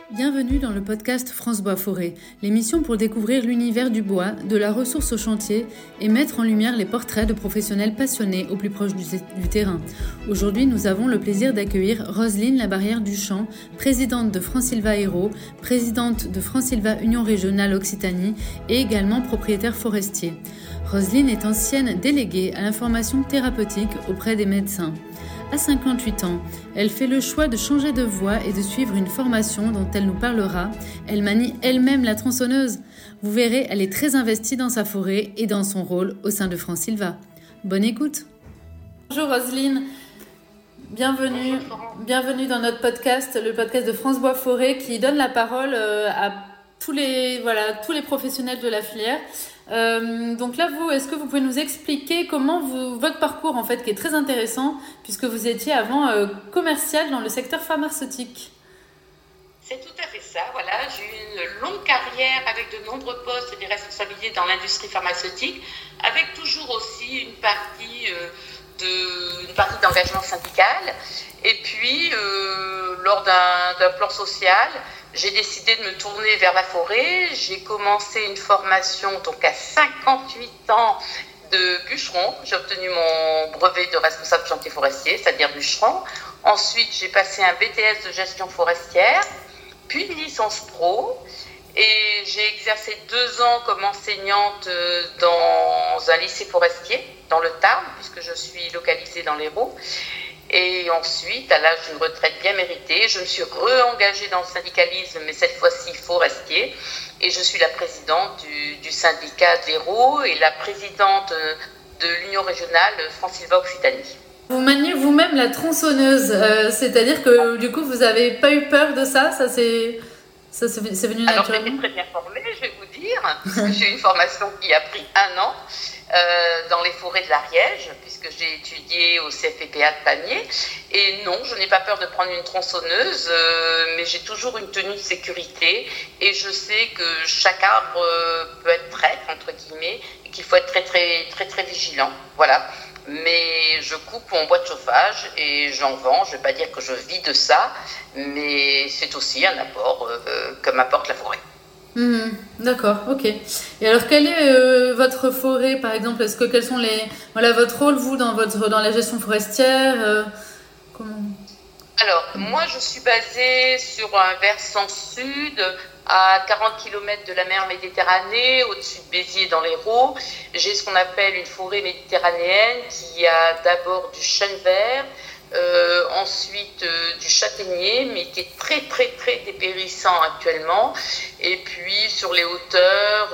Bienvenue dans le podcast France Bois Forêt, l'émission pour découvrir l'univers du bois, de la ressource au chantier et mettre en lumière les portraits de professionnels passionnés au plus proche du terrain. Aujourd'hui, nous avons le plaisir d'accueillir Roselyne Labarrière-Duchamp, présidente de Francilva Hérault, présidente de Francilva Union Régionale Occitanie et également propriétaire forestier. Roselyne est ancienne déléguée à l'information thérapeutique auprès des médecins. À 58 ans, elle fait le choix de changer de voie et de suivre une formation dont elle nous parlera. Elle manie elle-même la tronçonneuse. Vous verrez, elle est très investie dans sa forêt et dans son rôle au sein de Francilva. Bonne écoute. Bonjour Roselyne, bienvenue dans notre podcast, le podcast de France Bois Forêt qui donne la parole à tous les professionnels de la filière. Donc là, est-ce que vous pouvez nous expliquer comment votre parcours, en fait, qui est très intéressant, puisque vous étiez avant commercial dans le secteur pharmaceutique? C'est tout à fait ça, voilà. J'ai eu une longue carrière avec de nombreux postes et des responsabilités dans l'industrie pharmaceutique, avec toujours aussi une partie d'engagement syndical. Et puis, lors d'un plan social, j'ai décidé de me tourner vers la forêt. J'ai commencé une formation donc à 58 ans de bûcheron. J'ai obtenu mon brevet de responsable chantier forestier, c'est-à-dire bûcheron. Ensuite, j'ai passé un BTS de gestion forestière, puis une licence pro. Et j'ai exercé 2 ans comme enseignante dans un lycée forestier, dans le Tarn, puisque je suis localisée dans l'Hérault. Et ensuite, à l'âge d'une retraite bien méritée, je me suis re-engagée dans le syndicalisme, mais cette fois-ci forestier. Et je suis la présidente du syndicat de l'Hérault et la présidente de l'Union Régionale Francilva Occitanie. Vous maniez vous-même la tronçonneuse, c'est-à-dire que du coup, vous n'avez pas eu peur de ça? C'est venu naturellement? Alors, j'étais très bien formée, je vais vous dire, parce que j'ai eu une formation qui a pris 1 an. Dans les forêts de l'Ariège, puisque j'ai étudié au CFPPA de Pamiers. Et non, je n'ai pas peur de prendre une tronçonneuse, mais j'ai toujours une tenue de sécurité. Et je sais que chaque arbre peut être traître, entre guillemets, et qu'il faut être très, très, très, très vigilant. Voilà. Mais je coupe mon bois de chauffage et j'en vends. Je ne vais pas dire que je vis de ça, mais c'est aussi un apport que m'apporte la forêt. D'accord, ok. Et alors, quelle est votre forêt, par exemple? Quels sont votre rôle, vous, dans la gestion forestière? Alors, moi, je suis basée sur un versant sud, à 40 km de la mer Méditerranée, au-dessus de Béziers, dans l'Hérault. J'ai ce qu'on appelle une forêt méditerranéenne qui a d'abord du chêne vert, ensuite du châtaignier, mais qui est très très très dépérissant actuellement, et puis sur les hauteurs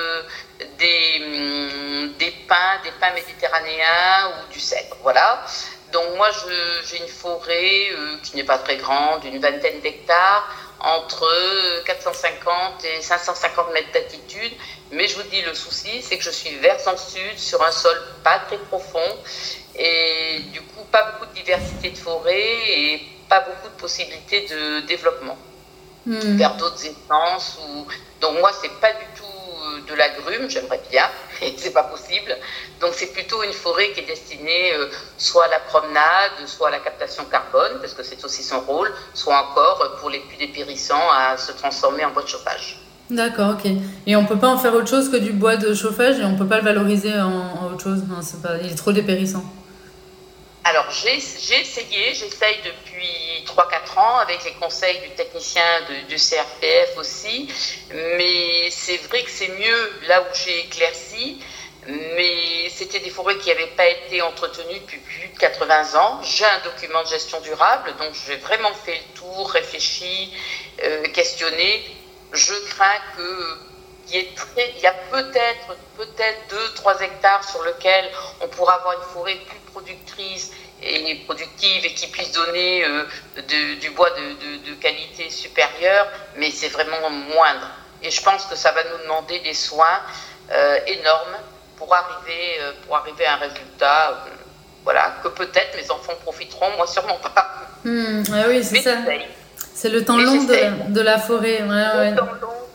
des pins méditerranéens ou du cèdre, voilà. Donc moi j'ai une forêt qui n'est pas très grande, une vingtaine d'hectares, entre 450 et 550 mètres d'altitude, mais je vous dis, le souci c'est que je suis versant sud sur un sol pas très profond, et du coup pas beaucoup de diversité de forêt et pas beaucoup de possibilités de développement vers d'autres essences. Donc moi c'est pas du tout de l'agrume, j'aimerais bien, mais c'est pas possible. Donc c'est plutôt une forêt qui est destinée soit à la promenade, soit à la captation carbone, parce que c'est aussi son rôle, soit encore pour les plus dépérissants à se transformer en bois de chauffage. D'accord, ok. Et on peut pas en faire autre chose que du bois de chauffage, et on peut pas le valoriser en autre chose? Non, il est trop dépérissant. Alors, j'essaye depuis 3-4 ans avec les conseils du technicien du CRPF aussi, mais c'est vrai que c'est mieux là où j'ai éclairci, mais c'était des forêts qui n'avaient pas été entretenues depuis plus de 80 ans. J'ai un document de gestion durable, donc j'ai vraiment fait le tour, réfléchi, questionné. Je crains qu'il y a peut-être 2-3 hectares sur lesquels on pourra avoir une forêt plus productrice et productive et qui puisse donner du bois de qualité supérieure, mais c'est vraiment moindre. Et je pense que ça va nous demander des soins énormes pour arriver à un résultat, voilà, que peut-être mes enfants profiteront, moi sûrement pas. Ah oui, c'est ça. C'est le temps long de la forêt. Le temps long de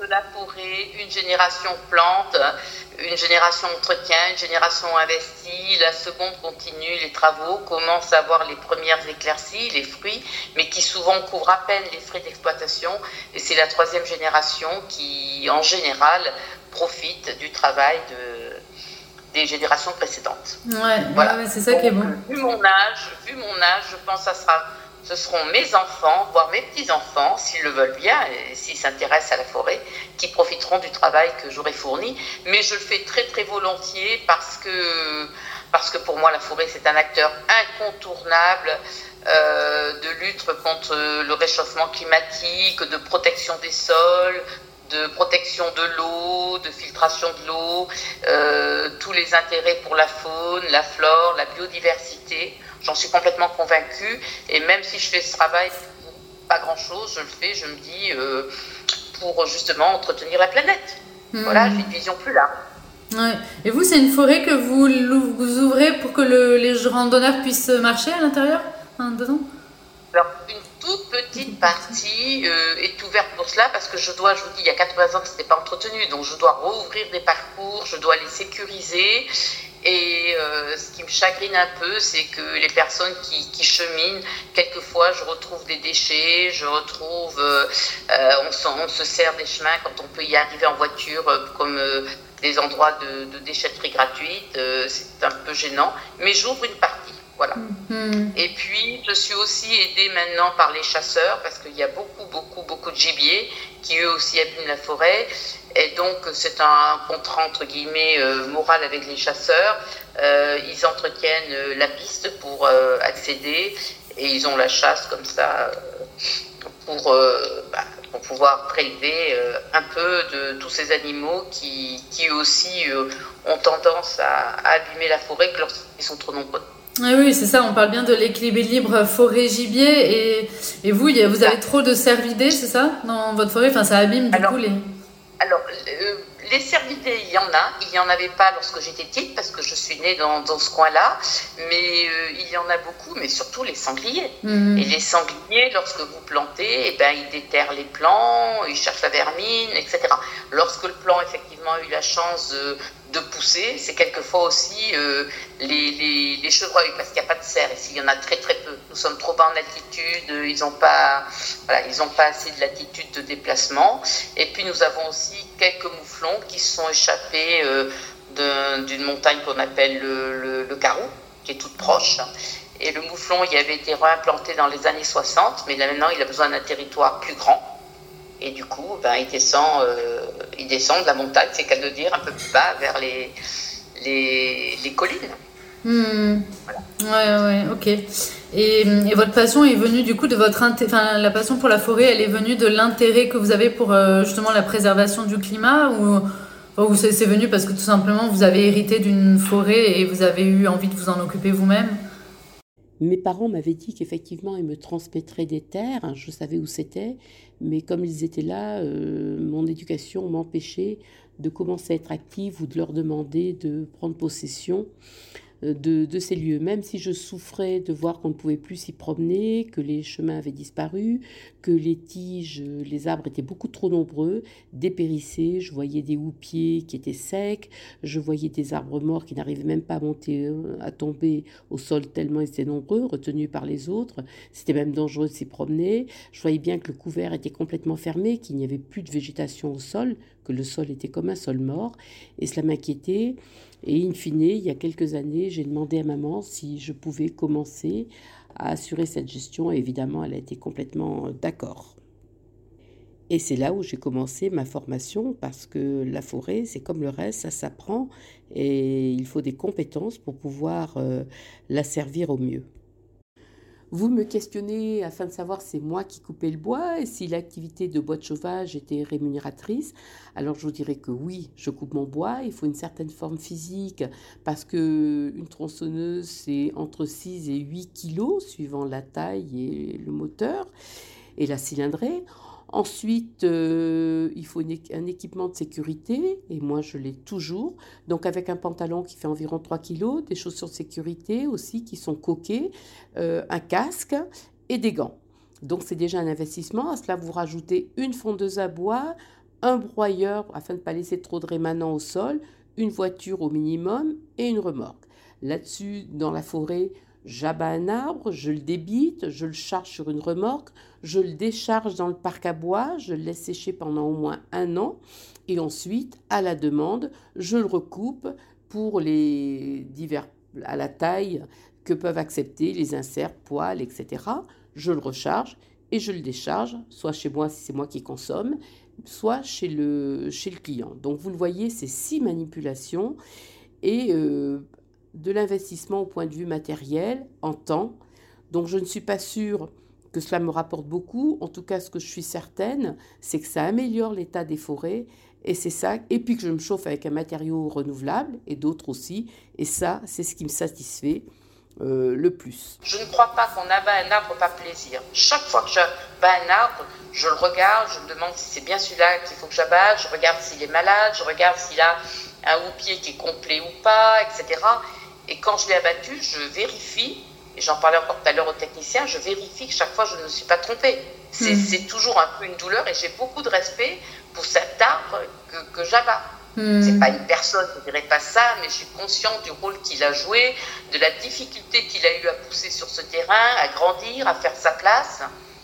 de la forêt, une génération plante, une génération entretien, une génération investie, la seconde continue les travaux, commence à avoir les premières éclaircies, les fruits, mais qui souvent couvrent à peine les frais d'exploitation. Et c'est la troisième génération qui, en général, profite du travail des générations précédentes. Voilà. Ouais, c'est ça. Donc, qui est bon. Vu mon âge, je pense que ce seront mes enfants, voire mes petits-enfants, s'ils le veulent bien et s'ils s'intéressent à la forêt, qui profiteront du travail que j'aurai fourni. Mais je le fais très très volontiers parce que pour moi la forêt c'est un acteur incontournable de lutte contre le réchauffement climatique, de protection des sols, de protection de l'eau, de filtration de l'eau, tous les intérêts pour la faune, la flore, la biodiversité. J'en suis complètement convaincue. Et même si je fais ce travail pour pas grand-chose, je le fais, je me dis, pour justement entretenir la planète. Voilà, j'ai une vision plus large. Ouais. Et vous, c'est une forêt que vous ouvrez pour que les randonneurs puissent marcher à l'intérieur, dedans ? Alors, une toute petite partie est ouverte pour cela parce que je vous dis, il y a 80 ans que ce n'était pas entretenu, donc je dois rouvrir des parcours, je dois les sécuriser. Et ce qui me chagrine un peu, c'est que les personnes qui cheminent, quelquefois je retrouve des déchets, on se sert des chemins quand on peut y arriver en voiture, comme des endroits de déchetterie gratuite, c'est un peu gênant, mais j'ouvre une partie. Voilà. Et puis, je suis aussi aidée maintenant par les chasseurs parce qu'il y a beaucoup de gibier qui eux aussi abîment la forêt. Et donc, c'est un contrat entre guillemets moral avec les chasseurs. Ils entretiennent la piste pour accéder et ils ont la chasse comme ça pour pouvoir prélever un peu de tous ces animaux qui eux aussi ont tendance à abîmer la forêt lorsqu'ils sont trop nombreux. Oui, c'est ça, on parle bien de l'équilibre forêt-gibier et vous avez trop de cervidés, c'est ça, dans votre forêt? Enfin, ça abîme du coup les... Alors, les cervidés, il y en avait pas lorsque j'étais petite parce que je suis née dans ce coin-là, mais il y en a beaucoup, mais surtout les sangliers. Et les sangliers, lorsque vous plantez, ils déterrent les plants, ils cherchent la vermine, etc. Lorsque le plant effectivement a eu la chance de pousser, c'est quelquefois aussi les chevreuils, parce qu'il n'y a pas de cerf ici, il y en a très très peu. Nous sommes trop bas en altitude, ils n'ont pas assez de latitude de déplacement. Et puis nous avons aussi quelques mouflons qui se sont échappés d'une montagne qu'on appelle le Carou, qui est toute proche. Et le mouflon, il avait été réimplanté dans les années 60, mais là maintenant il a besoin d'un territoire plus grand. Et du coup, il descend de la montagne, c'est qu'à le dire, un peu plus bas, vers les collines. Voilà. Ouais, ok. Et votre passion est venue du coup de la passion pour la forêt, elle est venue de l'intérêt que vous avez pour justement la préservation du climat ou c'est venu parce que tout simplement vous avez hérité d'une forêt et vous avez eu envie de vous en occuper vous-même? Mes parents m'avaient dit qu'effectivement, ils me transmettraient des terres, je savais où c'était, mais comme ils étaient là, mon éducation m'empêchait de commencer à être active ou de leur demander de prendre possession de ces lieux, même si je souffrais de voir qu'on ne pouvait plus s'y promener, que les chemins avaient disparu, que les tiges, les arbres étaient beaucoup trop nombreux, dépérissaient, je voyais des houppiers qui étaient secs, je voyais des arbres morts qui n'arrivaient même pas à tomber au sol tellement ils étaient nombreux, retenus par les autres, c'était même dangereux de s'y promener, je voyais bien que le couvert était complètement fermé, qu'il n'y avait plus de végétation au sol, que le sol était comme un sol mort, et cela m'inquiétait. Et in fine, il y a quelques années, j'ai demandé à maman si je pouvais commencer à assurer cette gestion. Et évidemment, elle a été complètement d'accord. Et c'est là où j'ai commencé ma formation parce que la forêt, c'est comme le reste, ça s'apprend et il faut des compétences pour pouvoir la servir au mieux. Vous me questionnez afin de savoir si c'est moi qui coupais le bois et si l'activité de bois de chauffage était rémunératrice. Alors je vous dirais que oui, je coupe mon bois, il faut une certaine forme physique parce qu'une tronçonneuse c'est entre 6 et 8 kilos suivant la taille et le moteur et la cylindrée. Ensuite, il faut un équipement de sécurité, et moi je l'ai toujours, donc avec un pantalon qui fait environ 3 kg, des chaussures de sécurité aussi qui sont coquées, un casque et des gants. Donc c'est déjà un investissement. À cela vous rajoutez une fondeuse à bois, un broyeur afin de ne pas laisser trop de rémanents au sol, une voiture au minimum et une remorque. Là-dessus, dans la forêt, j'abats un arbre, je le débite, je le charge sur une remorque, je le décharge dans le parc à bois, je le laisse sécher pendant au moins 1 an et ensuite, à la demande, je le recoupe pour les divers à la taille que peuvent accepter les inserts, poils, etc. Je le recharge et je le décharge, soit chez moi si c'est moi qui consomme, soit chez le client. Donc vous le voyez, c'est 6 manipulations et de l'investissement au point de vue matériel, en temps. Donc je ne suis pas sûre que cela me rapporte beaucoup. En tout cas, ce que je suis certaine, c'est que ça améliore l'état des forêts. Et c'est ça. Et puis que je me chauffe avec un matériau renouvelable et d'autres aussi. Et ça, c'est ce qui me satisfait le plus. Je ne crois pas qu'on abat un arbre par plaisir. Chaque fois que j'abats un arbre, je le regarde, je me demande si c'est bien celui-là qu'il faut que j'abatte, je regarde s'il est malade, je regarde s'il a un houppier qui est complet ou pas, etc. Et quand je l'ai abattu, je vérifie, et j'en parlais encore tout à l'heure au technicien, je vérifie que chaque fois je ne me suis pas trompée. C'est toujours un peu une douleur et j'ai beaucoup de respect pour cet arbre que j'abats. C'est pas une personne, je ne dirais pas ça, mais je suis consciente du rôle qu'il a joué, de la difficulté qu'il a eu à pousser sur ce terrain, à grandir, à faire sa place.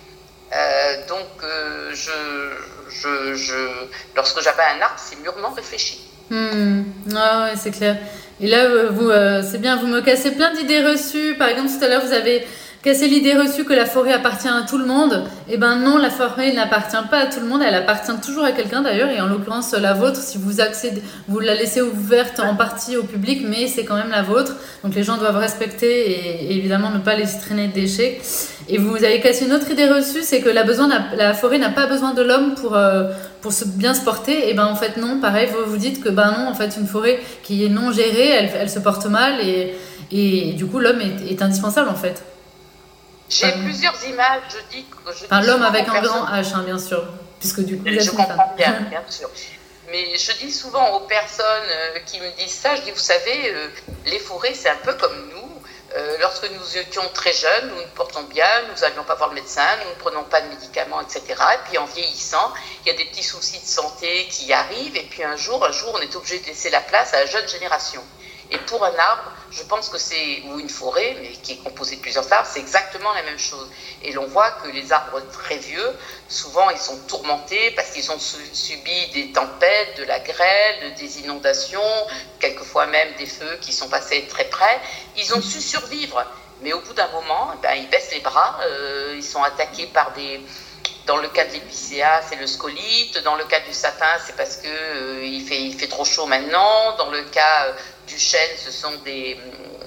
Lorsque j'abats un arbre, c'est mûrement réfléchi. Ah ouais, c'est clair. Et là, vous, c'est bien, vous me cassez plein d'idées reçues. Par exemple, tout à l'heure, vous avez cassé l'idée reçue que la forêt appartient à tout le monde. Eh ben non, la forêt n'appartient pas à tout le monde. Elle appartient toujours à quelqu'un d'ailleurs. Et en l'occurrence, la vôtre, si vous accédez, vous la laissez ouverte en partie au public, mais c'est quand même la vôtre. Donc les gens doivent respecter et évidemment ne pas laisser traîner de déchets. Et vous avez cassé une autre idée reçue, c'est que la forêt n'a pas besoin de l'homme pour bien se porter. Et ben en fait non, pareil, vous dites que ben non, en fait une forêt qui est non gérée, elle se porte mal et du coup l'homme est indispensable en fait. J'ai plusieurs images, je dis l'homme avec un grand H, hein, bien sûr, puisque du coup je comprends bien sûr. Mais je dis souvent aux personnes qui me disent ça, je dis vous savez, les forêts c'est un peu comme nous. Lorsque nous étions très jeunes, nous nous portons bien, nous n'allions pas voir le médecin, nous ne prenons pas de médicaments, etc. Et puis en vieillissant, il y a des petits soucis de santé qui arrivent. Et puis un jour, on est obligé de laisser la place à la jeune génération. Et pour un arbre, je pense que c'est, ou une forêt, mais qui est composée de plusieurs arbres, c'est exactement la même chose. Et l'on voit que les arbres très vieux, souvent ils sont tourmentés parce qu'ils ont subi des tempêtes, de la grêle, des inondations, quelquefois même des feux qui sont passés très près. Ils ont su survivre, mais au bout d'un moment, ils baissent les bras, ils sont attaqués par des... Dans le cas de l'épicéa, c'est le scolite. Dans le cas du sapin, c'est parce que il fait trop chaud maintenant. Dans le cas du chêne, ce sont des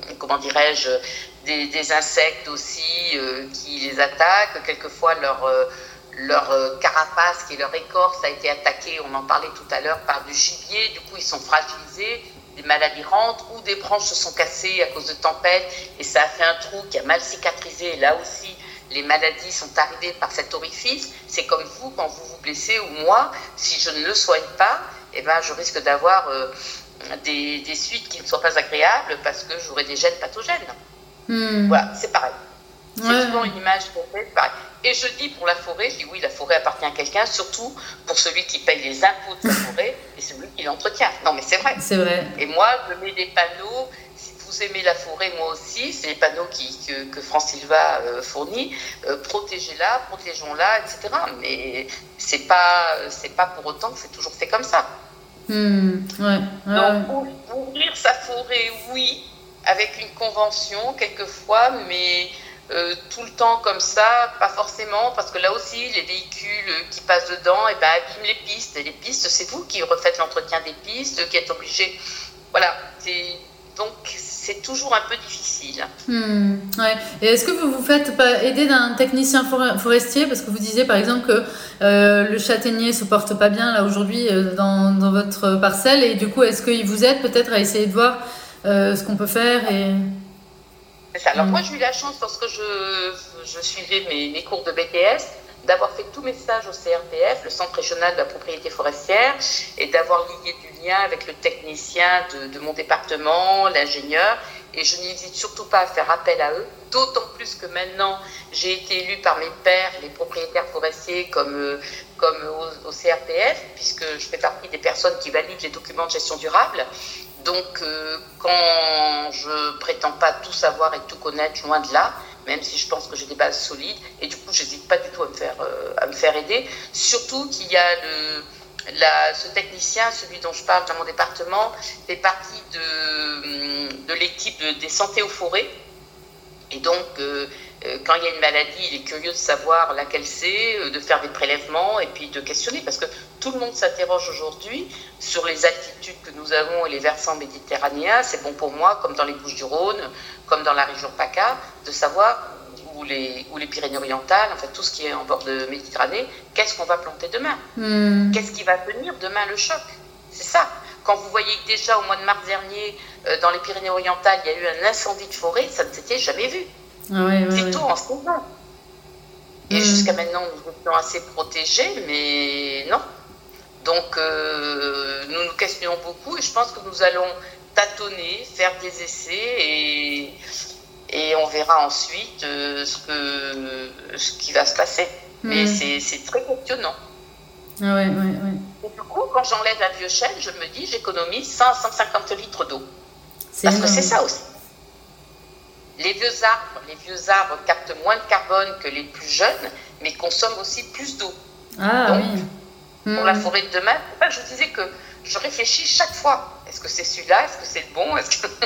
insectes aussi qui les attaquent. Quelquefois, leur carapace, qui est leur écorce, a été attaquée, on en parlait tout à l'heure, par du gibier. Du coup, ils sont fragilisés. Des maladies rentrent ou des branches se sont cassées à cause de tempêtes et ça a fait un trou qui a mal cicatrisé. Et là aussi, les maladies sont arrivées par cet orifice. C'est comme vous, quand vous vous blessez, ou moi, si je ne le soigne pas, je risque d'avoir des suites qui ne soient pas agréables parce que j'aurai des gènes pathogènes. Voilà, c'est pareil. C'est souvent une image qu'on fait, c'est pareil. Et je dis pour la forêt, je dis oui, la forêt appartient à quelqu'un, surtout pour celui qui paye les impôts de sa forêt et celui qui l'entretient. Non, mais c'est vrai. C'est vrai. Et moi, je mets des panneaux. Vous aimez la forêt, moi aussi, c'est les panneaux que France Silva fournit, protégez-la, protégeons-la, etc. Mais c'est pas pour autant que c'est toujours fait comme ça. Donc, ouvrir sa forêt, oui, avec une convention quelquefois, mais tout le temps comme ça, pas forcément, parce que là aussi, les véhicules qui passent dedans, abîment les pistes. Et les pistes, c'est vous qui refaites l'entretien des pistes, qui êtes obligé. Voilà, donc c'est toujours un peu difficile. Et est-ce que vous vous faites pas aider d'un technicien forestier, parce que vous disiez par exemple que le châtaignier se porte pas bien là aujourd'hui dans votre parcelle, et du coup est-ce qu'il vous aide peut-être à essayer de voir ce qu'on peut faire C'est ça. Alors moi j'ai eu la chance lorsque je suivais mes cours de BTS d'avoir fait tous mes stages au CRPF, le Centre régional de la propriété forestière, et d'avoir lié du lien avec le technicien de mon département, l'ingénieur, et je n'hésite surtout pas à faire appel à eux, d'autant plus que maintenant j'ai été élue par mes pairs, les propriétaires forestiers, comme au CRPF, puisque je fais partie des personnes qui valident les documents de gestion durable. Donc quand je prétends pas tout savoir et tout connaître, loin de là, même si je pense que j'ai des bases solides, et du coup j'hésite pas du tout à me faire aider, surtout qu'il y a ce technicien, celui dont je parle dans mon département, fait partie de l'équipe des santé aux forêts. Et donc, quand il y a une maladie, il est curieux de savoir laquelle c'est, de faire des prélèvements et puis de questionner. Parce que tout le monde s'interroge aujourd'hui sur les altitudes que nous avons et les versants méditerranéens. C'est bon pour moi, comme dans les Bouches-du-Rhône, comme dans la région PACA, de savoir, ou les Pyrénées-Orientales, en fait tout ce qui est en bord de Méditerranée, qu'est-ce qu'on va planter demain ? Qu'est-ce qui va tenir demain le choc ? C'est ça. Quand vous voyez que déjà au mois de mars dernier, dans les Pyrénées-Orientales, il y a eu un incendie de forêt, ça ne s'était jamais vu. C'est tout en ce moment. Et jusqu'à maintenant, nous étions assez protégés, mais non. Donc, nous nous questionnons beaucoup et je pense que nous allons tâtonner, faire des essais et on verra ensuite ce qui va se passer. Mais c'est très questionnant. Et du coup, quand j'enlève un vieux chêne, je me dis j'économise 100 à 150 litres d'eau. Parce que c'est ça aussi. Les vieux arbres captent moins de carbone que les plus jeunes, mais consomment aussi plus d'eau. Donc, pour la forêt de demain, c'est pour ça que je vous disais que je réfléchis chaque fois. Est-ce que c'est celui-là ? Est-ce que c'est le bon ?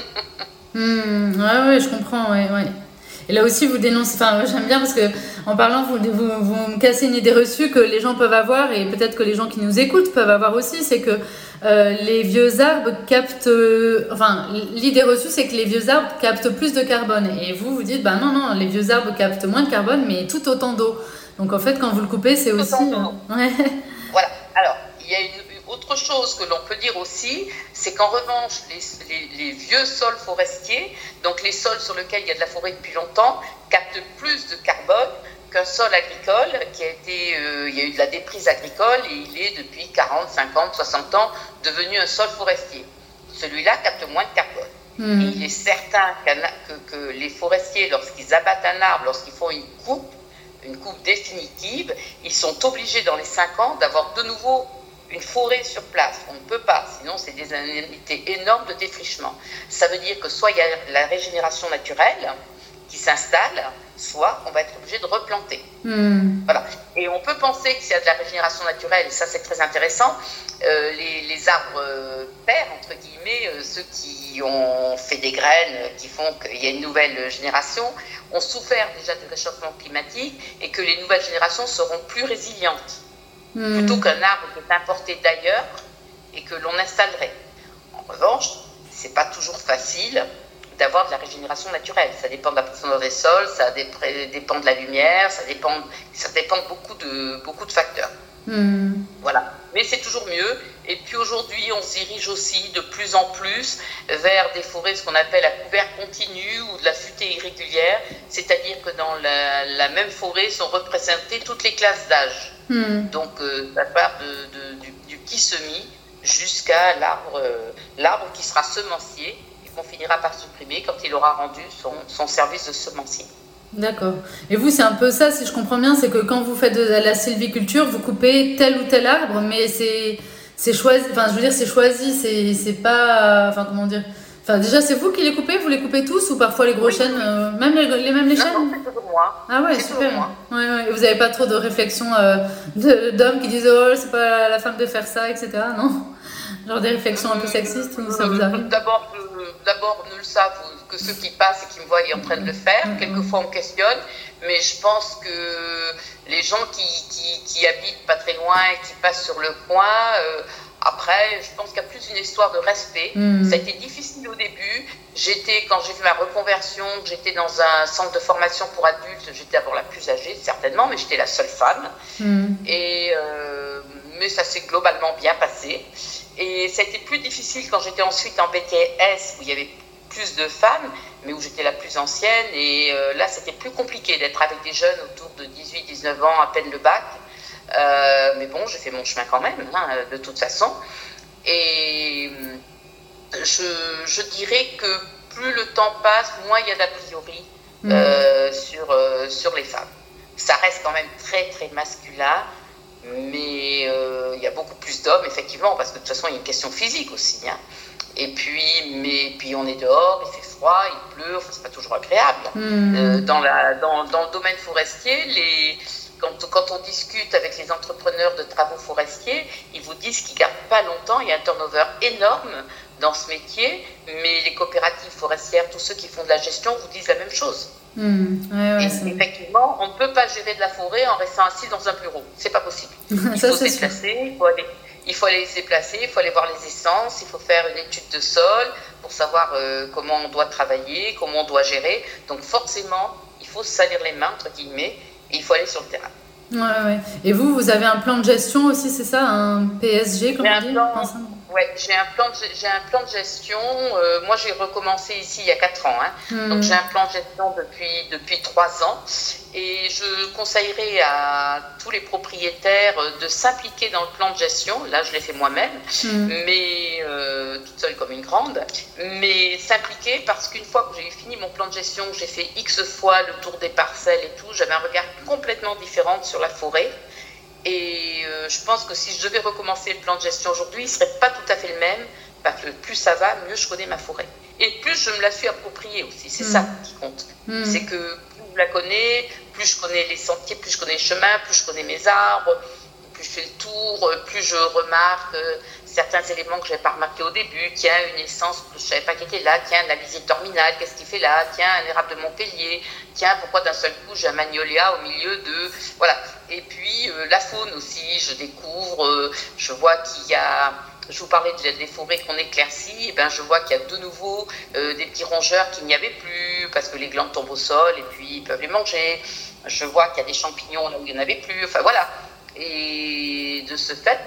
Oui, je comprends, ouais. Et là aussi, vous dénoncez, j'aime bien parce que en parlant, vous me cassez une idée reçue que les gens peuvent avoir et peut-être que les gens qui nous écoutent peuvent avoir aussi, c'est que les vieux arbres captent, l'idée reçue, c'est que les vieux arbres captent plus de carbone. Et vous dites, non, les vieux arbres captent moins de carbone, mais tout autant d'eau. Donc en fait, quand vous le coupez, c'est aussi... Voilà. Alors, il y a une autre chose que l'on peut dire aussi, c'est qu'en revanche, les vieux sols forestiers, donc les sols sur lesquels il y a de la forêt depuis longtemps, captent plus de carbone qu'un sol agricole il y a eu de la déprise agricole et il est depuis 40, 50, 60 ans devenu un sol forestier. Celui-là capte moins de carbone. Et il est certain que les forestiers, lorsqu'ils abattent un arbre, lorsqu'ils font une coupe définitive, ils sont obligés dans les 5 ans d'avoir de nouveau une forêt sur place. On ne peut pas, sinon c'est des indemnités énormes de défrichement. Ça veut dire que soit il y a la régénération naturelle qui s'installe, soit on va être obligé de replanter. Voilà. Et on peut penser que s'il y a de la régénération naturelle, et ça c'est très intéressant, les arbres pères, entre guillemets, ceux qui ont fait des graines, qui font qu'il y a une nouvelle génération, ont souffert déjà du réchauffement climatique et que les nouvelles générations seront plus résilientes. Plutôt qu'un arbre qui est importé d'ailleurs et que l'on installerait. En revanche, c'est pas toujours facile d'avoir de la régénération naturelle. Ça dépend de la profondeur des sols, ça dépend de la lumière, ça dépend de beaucoup de facteurs. Voilà. Mais c'est toujours mieux. Et puis aujourd'hui, on se dirige aussi de plus en plus vers des forêts, ce qu'on appelle à couvert continu ou de la futée irrégulière, c'est-à-dire que dans la même forêt sont représentées toutes les classes d'âge. Donc, ça part du petit semis jusqu'à l'arbre qui sera semencier et qu'on finira par supprimer quand il aura rendu son service de semencier. D'accord. Et vous, c'est un peu ça, si je comprends bien, c'est que quand vous faites de la sylviculture, vous coupez tel ou tel arbre, mais c'est choisi, c'est choisi, c'est pas, déjà, c'est vous qui les coupez, vous les coupez tous ou parfois les gros chênes, même les chênes ? Non, c'est toujours moi. Ah ouais, super. Ouais. Et vous n'avez pas trop de réflexion d'hommes qui disent oh, c'est pas la femme de faire ça, etc. Non ? Genre des réflexions un peu sexistes ou ça vous arrive ? D'abord, ne le savent que ceux qui passent et qui me voient en train de le faire. Quelquefois, on questionne, mais je pense que les gens qui habitent pas très loin et qui passent sur le coin, après, je pense qu'il y a plus une histoire de respect. Ça a été difficile au début. Quand j'ai fait ma reconversion, j'étais dans un centre de formation pour adultes. J'étais d'abord la plus âgée, certainement, mais j'étais la seule femme. Mais ça s'est globalement bien passé. Et ça a été plus difficile quand j'étais ensuite en BTS, où il y avait plus de femmes, mais où j'étais la plus ancienne. Et là, c'était plus compliqué d'être avec des jeunes autour de 18-19 ans, à peine le bac. Mais bon, j'ai fait mon chemin quand même, de toute façon. Et je dirais que plus le temps passe, moins il y a d'a priori sur les femmes. Ça reste quand même très, très masculin, mais il y a beaucoup plus d'hommes, effectivement, parce que de toute façon, il y a une question physique aussi. Hein. Et puis on est dehors, il fait froid, il pleut, enfin, c'est pas toujours agréable. Dans le domaine forestier, quand on discute avec les entrepreneurs de travaux forestiers, ils vous disent qu'ils ne gardent pas longtemps, il y a un turnover énorme dans ce métier, mais les coopératives forestières, tous ceux qui font de la gestion vous disent la même chose. Effectivement, on ne peut pas gérer de la forêt en restant assis dans un bureau, c'est pas possible. Il faut se déplacer, il faut aller se déplacer, il faut aller voir les essences, il faut faire une étude de sol pour savoir comment on doit travailler, comment on doit gérer. Donc forcément, il faut se salir les mains, entre guillemets, et il faut aller sur le terrain. Ouais. Et vous avez un plan de gestion aussi, c'est ça? Un PSG, comme on dit? Oui, j'ai un plan de gestion. Moi, j'ai recommencé ici il y a 4 ans. Hein. Donc, j'ai un plan de gestion depuis 3 ans. Et je conseillerais à tous les propriétaires de s'impliquer dans le plan de gestion. Là, je l'ai fait moi-même, mais toute seule comme une grande. Mais s'impliquer parce qu'une fois que j'ai fini mon plan de gestion, j'ai fait X fois le tour des parcelles et tout, j'avais un regard complètement différent sur la forêt. Et je pense que si je devais recommencer le plan de gestion aujourd'hui, il ne serait pas tout à fait le même, parce que plus ça va, mieux je connais ma forêt. Et plus je me la suis appropriée aussi, c'est ça qui compte. C'est que plus je la connais, plus je connais les sentiers, plus je connais les chemins, plus je connais mes arbres, plus je fais le tour, plus je remarque certains éléments que je n'avais pas remarqués au début. Tiens, une essence que je ne savais pas qui était là. Tiens, un alisier terminal, qu'est-ce qu'il fait là? Tiens, un érable de Montpellier. Tiens, pourquoi d'un seul coup j'ai un magnolia au milieu de... Voilà. Et puis, la faune aussi, je découvre, je vois qu'il y a... Je vous parlais des forêts qu'on éclaircit, et ben je vois qu'il y a de nouveau des petits rongeurs qu'il n'y avait plus, parce que les glandes tombent au sol et puis ils peuvent les manger. Je vois qu'il y a des champignons là où il n'y en avait plus. Enfin, voilà. Et de ce fait,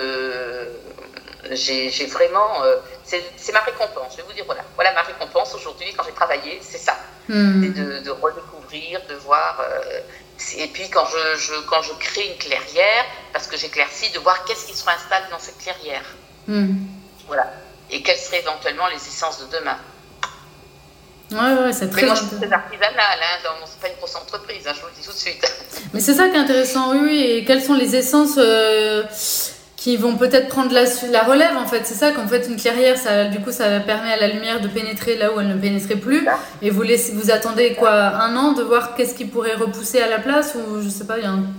j'ai vraiment... c'est ma récompense, je vais vous dire, voilà ma récompense aujourd'hui quand j'ai travaillé, c'est ça. C'est de redécouvrir, de voir... et puis quand je crée une clairière, parce que j'éclaircis, de voir qu'est-ce qui se installe dans cette clairière. Voilà. Et quelles seraient éventuellement les essences de demain. Ouais, c'est très... Mais moi, je suis très artisanale, c'est pas une grosse entreprise, je vous le dis tout de suite. Mais c'est ça qui est intéressant, oui. Et quelles sont les essences qui vont peut-être prendre la relève, en fait. C'est ça qu'en fait, une clairière, ça permet à la lumière de pénétrer là où elle ne pénétrait plus. Et vous attendez quoi, 1 an de voir qu'est-ce qui pourrait repousser à la place, ou je sais pas, il y a un...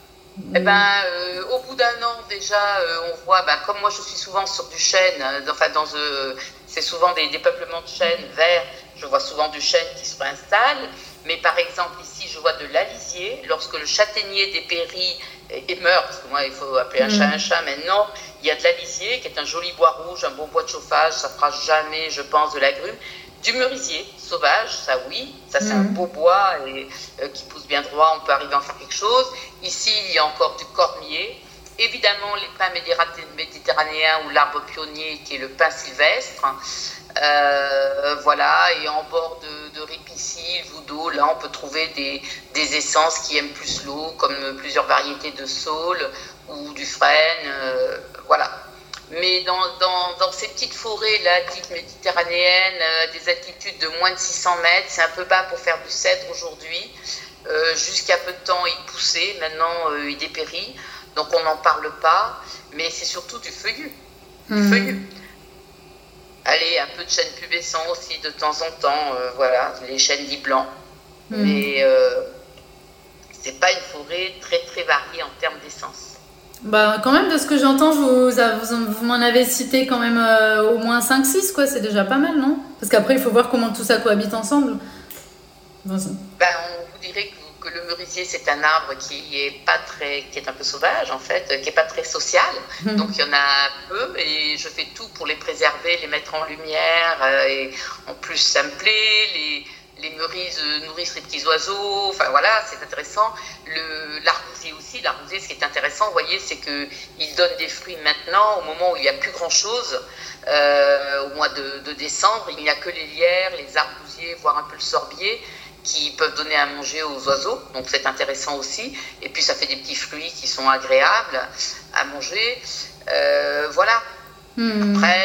Au bout d'1 an déjà, on voit, comme moi je suis souvent sur du chêne, c'est souvent des peuplements de chêne verts, je vois souvent du chêne qui se réinstalle, mais par exemple ici je vois de l'alisier, lorsque le châtaignier dépérit et meurt, parce que moi il faut appeler un chat maintenant, il y a de l'alisier qui est un joli bois rouge, un bon bois de chauffage, ça fera jamais, je pense, de l'agrume. Du merisier sauvage, ça oui, ça c'est un beau bois et, qui pousse bien droit, on peut arriver à en faire quelque chose. Ici, il y a encore du cormier. Évidemment, les pins méditerranéens ou l'arbre pionnier qui est le pin sylvestre. Voilà, et en bord de ripisylve ou d'eau, là on peut trouver des essences qui aiment plus l'eau, comme plusieurs variétés de saule ou du frêne, voilà. Mais dans ces petites forêts-là, dites méditerranéennes, des altitudes de moins de 600 mètres, c'est un peu bas pour faire du cèdre aujourd'hui. Jusqu'à peu de temps, il poussait, maintenant il dépérit, donc on n'en parle pas, mais c'est surtout du feuillu. Du feuillu. Allez, un peu de chêne pubescent aussi de temps en temps, voilà, les chênes dits blancs. Mais c'est pas une forêt très très variée en termes d'essence. Quand même, de ce que j'entends, vous m'en avez cité quand même au moins 5-6, quoi. C'est déjà pas mal, non? Parce qu'après, il faut voir comment tout ça cohabite ensemble. On vous dirait que le merisier, c'est un arbre qui est un peu sauvage, en fait, qui est pas très social. Donc, il y en a peu et je fais tout pour les préserver, les mettre en lumière. Et en plus, ça me plaît. Les merises nourrissent les petits oiseaux, enfin voilà, c'est intéressant. L'argousier aussi, ce qui est intéressant, vous voyez, c'est qu'il donne des fruits maintenant, au moment où il n'y a plus grand-chose, au mois de décembre, il n'y a que les lierres, les arbousiers, voire un peu le sorbier, qui peuvent donner à manger aux oiseaux, donc c'est intéressant aussi. Et puis ça fait des petits fruits qui sont agréables à manger, voilà. Après,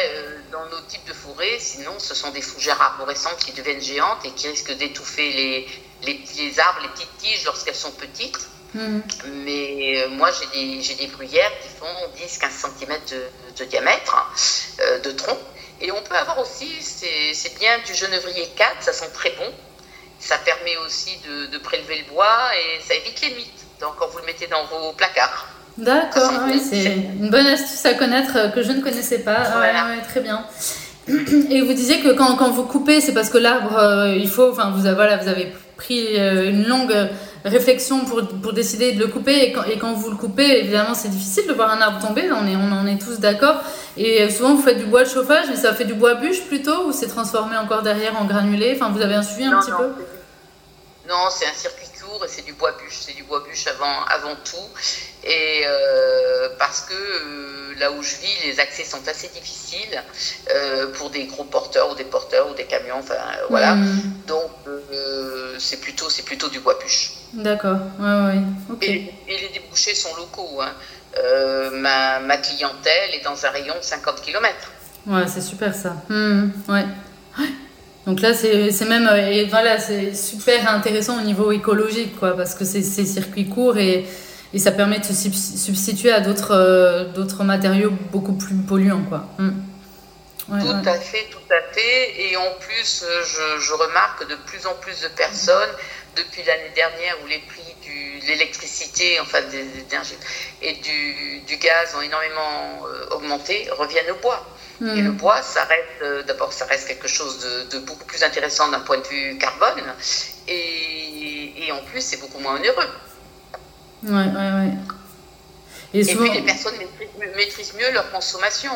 dans nos types de forêts, sinon ce sont des fougères arborescentes qui deviennent géantes et qui risquent d'étouffer les arbres, les petites tiges lorsqu'elles sont petites. Mais moi j'ai des bruyères qui font 10-15 cm de diamètre, de tronc. Et on peut avoir aussi, c'est bien du genévrier 4, ça sent très bon. Ça permet aussi de prélever le bois et ça évite les mites. Donc quand vous le mettez dans vos placards. D'accord, oui, c'est une bonne astuce à connaître que je ne connaissais pas. Voilà. Ouais, très bien. Et vous disiez que quand vous coupez, c'est parce que l'arbre, vous avez pris une longue réflexion pour décider de le couper. Et quand vous le coupez, évidemment, c'est difficile de voir un arbre tomber. On en est tous d'accord. Et souvent, vous faites du bois de chauffage, mais ça fait du bois bûche plutôt, ou c'est transformé encore derrière en granulé. Enfin, vous avez un suivi un petit peu? Non, c'est un circuit court et c'est du bois bûche. C'est du bois bûche avant tout. Et parce que là où je vis, les accès sont assez difficiles pour des gros porteurs ou des camions. Enfin, voilà. Donc, c'est plutôt du bois bûche. D'accord. Ouais. Ok. Et les débouchés sont locaux. Hein. Ma clientèle est dans un rayon de 50 km. Ouais, c'est super ça. Ouais. Donc là, c'est même, et voilà, c'est super intéressant au niveau écologique, quoi, parce que c'est circuit court et ça permet de se substituer à d'autres matériaux beaucoup plus polluants, quoi. Ouais, tout à fait. Et en plus, je remarque que de plus en plus de personnes, depuis l'année dernière où les prix de l'électricité, enfin des énergies et du gaz ont énormément augmenté, reviennent au bois. Et le bois, ça reste quelque chose de beaucoup plus intéressant d'un point de vue carbone. Et en plus, c'est beaucoup moins onéreux. Ouais. Et puis, les personnes maîtrisent mieux leur consommation.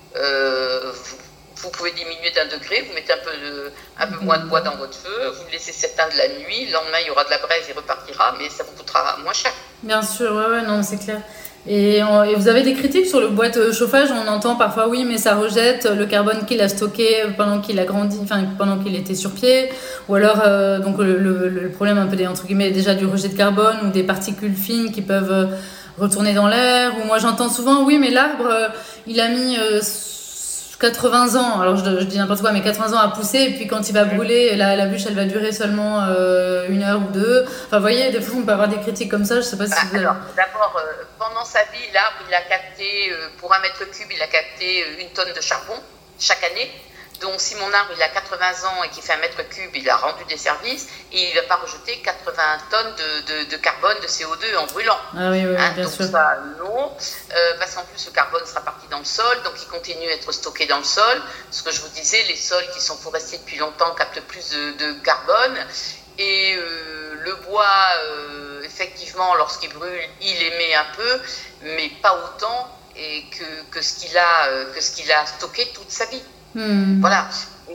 Vous pouvez diminuer d'1 degré, vous mettez un peu moins de bois dans votre feu, vous le laissez s'éteindre la nuit, le lendemain, il y aura de la braise, il repartira, mais ça vous coûtera moins cher. Bien sûr, ouais, non, c'est clair. Et vous avez des critiques sur le bois de chauffage? On entend parfois, oui, mais ça rejette le carbone qu'il a stocké pendant qu'il a grandi, enfin pendant qu'il était sur pied, ou alors donc le problème un peu entre guillemets déjà du rejet de carbone ou des particules fines qui peuvent retourner dans l'air. Ou moi j'entends souvent, oui, mais l'arbre il a mis 80 ans, alors je dis n'importe quoi, mais 80 ans à pousser, et puis quand il va brûler, la bûche elle va durer seulement 1 heure ou 2. Enfin, vous voyez, des fois on peut avoir des critiques comme ça, je sais pas si vous avez... Alors, d'abord, pendant sa vie, l'arbre, il a capté, pour 1 mètre cube, il a capté 1 tonne de charbon chaque année. Donc, si mon arbre, il a 80 ans et qu'il fait 1 mètre cube, il a rendu des services et il ne va pas rejeter 80 tonnes de carbone, de CO2 en brûlant. Ah oui, bien donc sûr. Ça, non. Parce qu'en plus, le carbone sera parti dans le sol, donc il continue à être stocké dans le sol. Ce que je vous disais, les sols qui sont forestés depuis longtemps captent plus de carbone. Et le bois, effectivement, lorsqu'il brûle, il émet un peu, mais pas autant que ce qu'il a stocké toute sa vie. Voilà.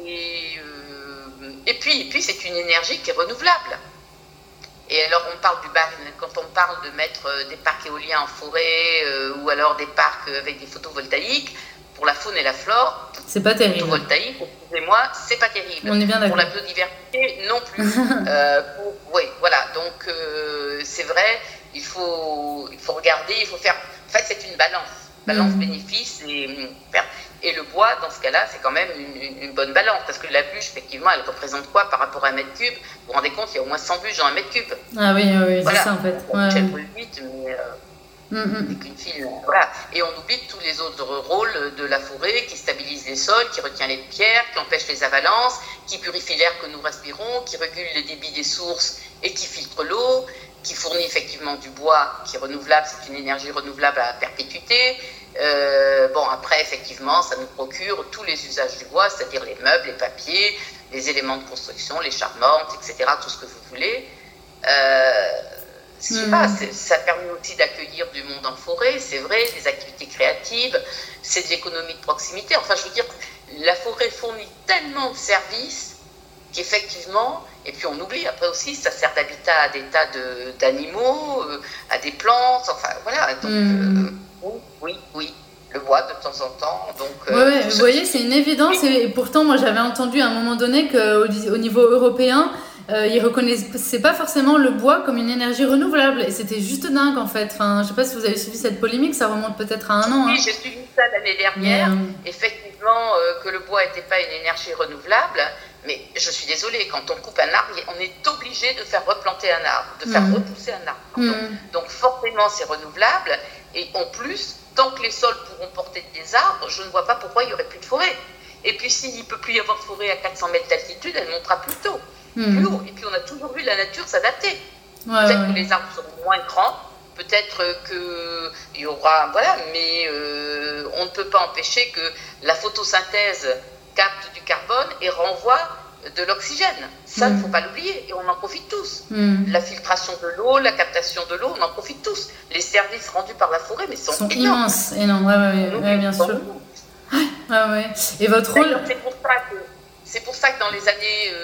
Et puis c'est une énergie qui est renouvelable. Et alors quand on parle de mettre des parcs éoliens en forêt ou alors des parcs avec des photovoltaïques, pour la faune et la flore, c'est pas terrible. Photovoltaïque, excusez-moi, c'est pas terrible. On est bien d'accord. Pour la biodiversité, non plus. Oui, voilà. Donc c'est vrai, il faut regarder, il faut faire. En fait, c'est une balance bénéfice et le bois, dans ce cas-là, c'est quand même une bonne balance. Parce que la bûche, effectivement, elle représente quoi par rapport à 1 mètre cube? Vous vous rendez compte, il y a au moins 100 bûches dans 1 mètre cube. Ah oui, voilà. C'est ça en fait. On brûle vite, mais c'est qu'une file. Voilà. Et on oublie tous les autres rôles de la forêt qui stabilise les sols, qui retient les pierres, qui empêche les avalanches, qui purifie l'air que nous respirons, qui régule les débits des sources et qui filtre l'eau, qui fournit effectivement du bois qui est renouvelable, c'est une énergie renouvelable à perpétuité. Après, effectivement, ça nous procure tous les usages du bois, c'est-à-dire les meubles, les papiers, les éléments de construction, les charpentes, etc., tout ce que vous voulez. Je sais pas, ça permet aussi d'accueillir du monde en forêt, c'est vrai, des activités créatives, c'est de l'économie de proximité. Enfin, je veux dire, la forêt fournit tellement de services qu'effectivement, et puis on oublie, après aussi, ça sert d'habitat à des tas d'animaux, à des plantes, enfin voilà. Donc, oui, le bois de temps en temps. Donc, vous voyez, c'est une évidence, et pourtant, moi j'avais entendu à un moment donné qu'au niveau européen, ils reconnaissaient pas forcément le bois comme une énergie renouvelable, et c'était juste dingue en fait. Enfin, je sais pas si vous avez suivi cette polémique, ça remonte peut-être à 1 an. Oui, j'ai suivi ça l'année dernière. Effectivement, effectivement que le bois n'était pas une énergie renouvelable, mais je suis désolée, quand on coupe un arbre, on est obligé de faire replanter un arbre, de faire repousser un arbre. Donc forcément, c'est renouvelable. Et en plus, tant que les sols pourront porter des arbres, je ne vois pas pourquoi il n'y aurait plus de forêt. Et puis s'il ne peut plus y avoir de forêt à 400 mètres d'altitude, elle montera plus tôt, plus haut. Et puis on a toujours vu la nature s'adapter. Peut-être que les arbres seront moins grands, peut-être qu'il y aura... Voilà, mais on ne peut pas empêcher que la photosynthèse capte du carbone et renvoie de l'oxygène. Ça, il ne faut pas l'oublier, et on en profite tous. La filtration de l'eau, la captation de l'eau, on en profite tous. Les services rendus par la forêt, mais sont immenses. Énormes, ouais, bien sûr. Et votre rôle... C'est pour ça que dans les années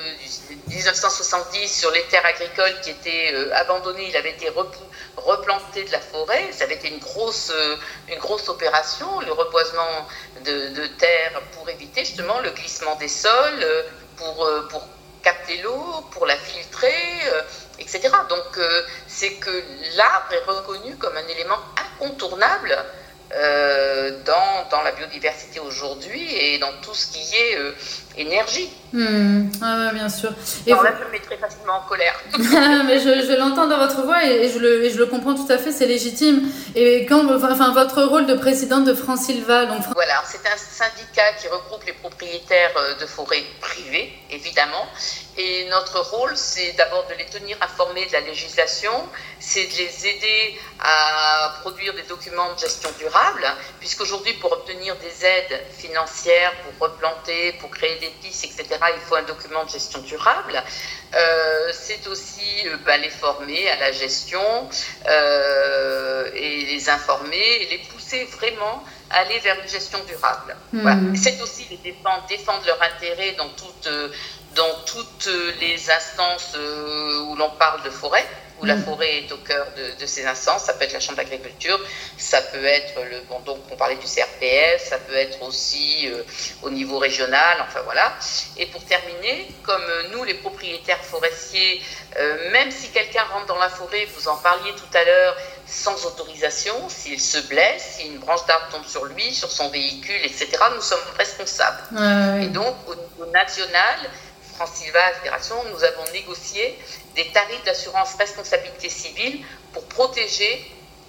1970, sur les terres agricoles qui étaient abandonnées, il avait été replanté de la forêt. Ça avait été une grosse opération, le reboisement de terre pour éviter justement le glissement des sols, pour capter l'eau, pour la filtrer, etc. Donc c'est que l'arbre est reconnu comme un élément incontournable dans la biodiversité aujourd'hui et dans tout ce qui est énergie. Bien sûr. Et là, je me mets très facilement en colère. Mais je l'entends dans votre voix et je le comprends tout à fait, c'est légitime. Et votre rôle de présidente de Fransilva, donc... Voilà, c'est un syndicat qui regroupe les propriétaires de forêts privées, évidemment. Et notre rôle, c'est d'abord de les tenir informés de la législation, c'est de les aider à produire des documents de gestion durable, puisqu'aujourd'hui, pour obtenir des aides financières, pour replanter, pour créer des pistes, etc., il faut un document de gestion durable. C'est aussi les former à la gestion et les informer et les pousser vraiment à aller vers une gestion durable. Voilà. C'est aussi les défendre leur intérêt dans toutes les instances où l'on parle de forêt, où la forêt est au cœur de ces instances. Ça peut être la Chambre d'agriculture, ça peut être donc on parlait du CRPF, ça peut être aussi au niveau régional, enfin voilà. Et pour terminer, comme nous les propriétaires forestiers, même si quelqu'un rentre dans la forêt, vous en parliez tout à l'heure, sans autorisation, s'il se blesse, si une branche d'arbre tombe sur lui, sur son véhicule, etc., nous sommes responsables. Et donc au niveau national, Fransilva Fédération, nous avons négocié des tarifs d'assurance responsabilité civile pour protéger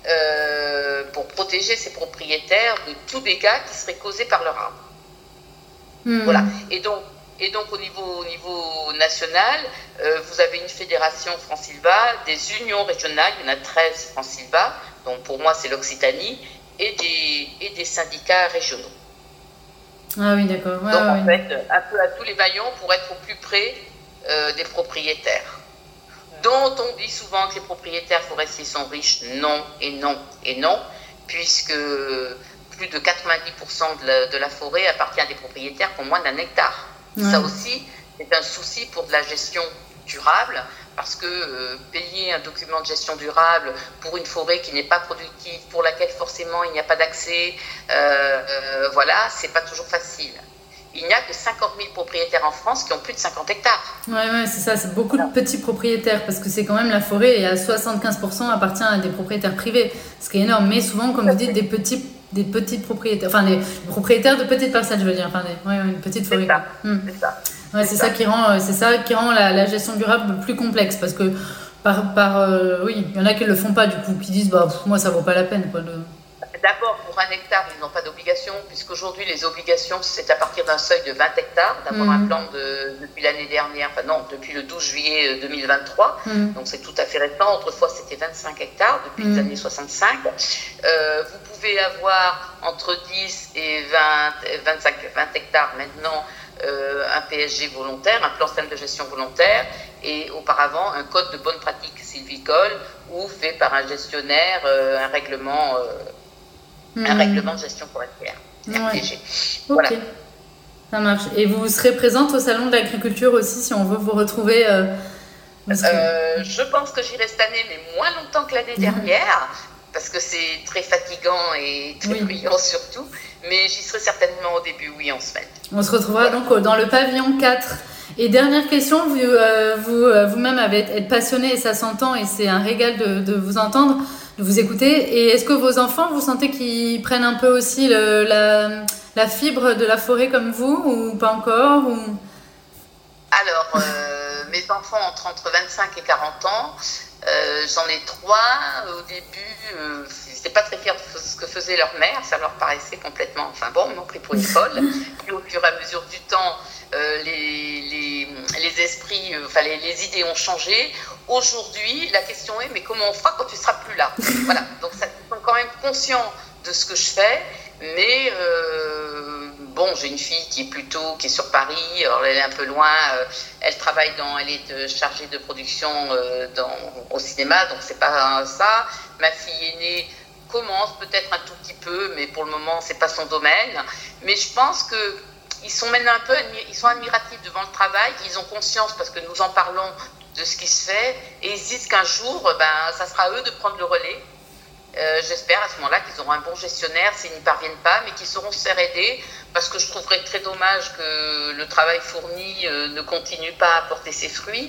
ces propriétaires de tout dégât qui serait causé par leur arbre. Voilà. Et donc au niveau national, vous avez une fédération Fransilva, des unions régionales, il y en a 13 Fransilva, donc pour moi c'est l'Occitanie, et des syndicats régionaux. Ah oui, d'accord. Donc en fait, un peu à tous les maillons pour être au plus près des propriétaires. Dont on dit souvent que les propriétaires forestiers sont riches, non et non et non, puisque plus de 90% de la forêt appartient à des propriétaires qui ont moins d'1 hectare. Ça aussi, c'est un souci pour de la gestion durable, parce que payer un document de gestion durable pour une forêt qui n'est pas productive, pour laquelle forcément il n'y a pas d'accès, voilà, c'est pas toujours facile. Il n'y a que 50 000 propriétaires en France qui ont plus de 50 hectares. Ouais, c'est ça, c'est beaucoup de petits propriétaires, parce que c'est quand même la forêt, et à 75% appartient à des propriétaires privés, ce qui est énorme, mais souvent, comme vous dites, des petits propriétaires, enfin des propriétaires de petites parcelles, je veux dire, une petite forêt. C'est ça. Ouais, c'est ça qui rend la gestion durable plus complexe, parce que il y en a qui le font pas, du coup, qui disent moi ça vaut pas la peine, quoi. D'abord, pour 1 hectare, ils n'ont pas d'obligation, puisqu'aujourd'hui, les obligations, c'est à partir d'un seuil de 20 hectares, d'avoir un plan depuis l'année dernière, depuis le 12 juillet 2023, donc c'est tout à fait récent. Autrefois, c'était 25 hectares, depuis les années 65. Vous pouvez avoir entre 10 et 20 hectares maintenant, un PSG volontaire, un plan système de gestion volontaire, et auparavant, un code de bonne pratique sylvicole, ou fait par un gestionnaire, un règlement de gestion forestière, RTG. Voilà. Ok, ça marche. Et vous serez présente au Salon de l'Agriculture aussi, si on veut vous retrouver Je pense que j'irai cette année, mais moins longtemps que l'année dernière, parce que c'est très fatigant et très bruyant surtout, mais j'y serai certainement au début, en semaine. On se retrouvera donc dans le pavillon 4. Et dernière question, vous-même êtes passionné, et ça s'entend, et c'est un régal de vous entendre. de vous écouter. Et est-ce que vos enfants, vous sentez qu'ils prennent un peu aussi la fibre de la forêt comme vous, ou pas encore ou... Alors, mes enfants ont entre 25 et 40 ans. J'en ai 3. Au début, ils n'étaient pas très fiers de ce que faisait leur mère. Ça leur paraissait complètement... Enfin bon, ils m'ont pris pour une folle. Puis au fur et à mesure du temps, les esprits, les idées ont changé. Aujourd'hui, la question est, mais comment on fera quand tu ne seras plus là? Voilà, donc ils sont quand même conscients de ce que je fais, mais bon, j'ai une fille qui est sur Paris, alors elle est un peu loin, elle est chargée de production au cinéma, donc c'est pas ça. Ma fille aînée commence peut-être un tout petit peu, mais pour le moment, c'est pas son domaine. Mais je pense que ils sont maintenant ils sont admiratifs devant le travail, ils ont conscience, parce que nous en parlons, de ce qui se fait, et ils se disent qu'un jour, ça sera à eux de prendre le relais. J'espère à ce moment-là qu'ils auront un bon gestionnaire s'ils n'y parviennent pas, mais qu'ils sauront se faire aider, parce que je trouverais très dommage que le travail fourni ne continue pas à porter ses fruits.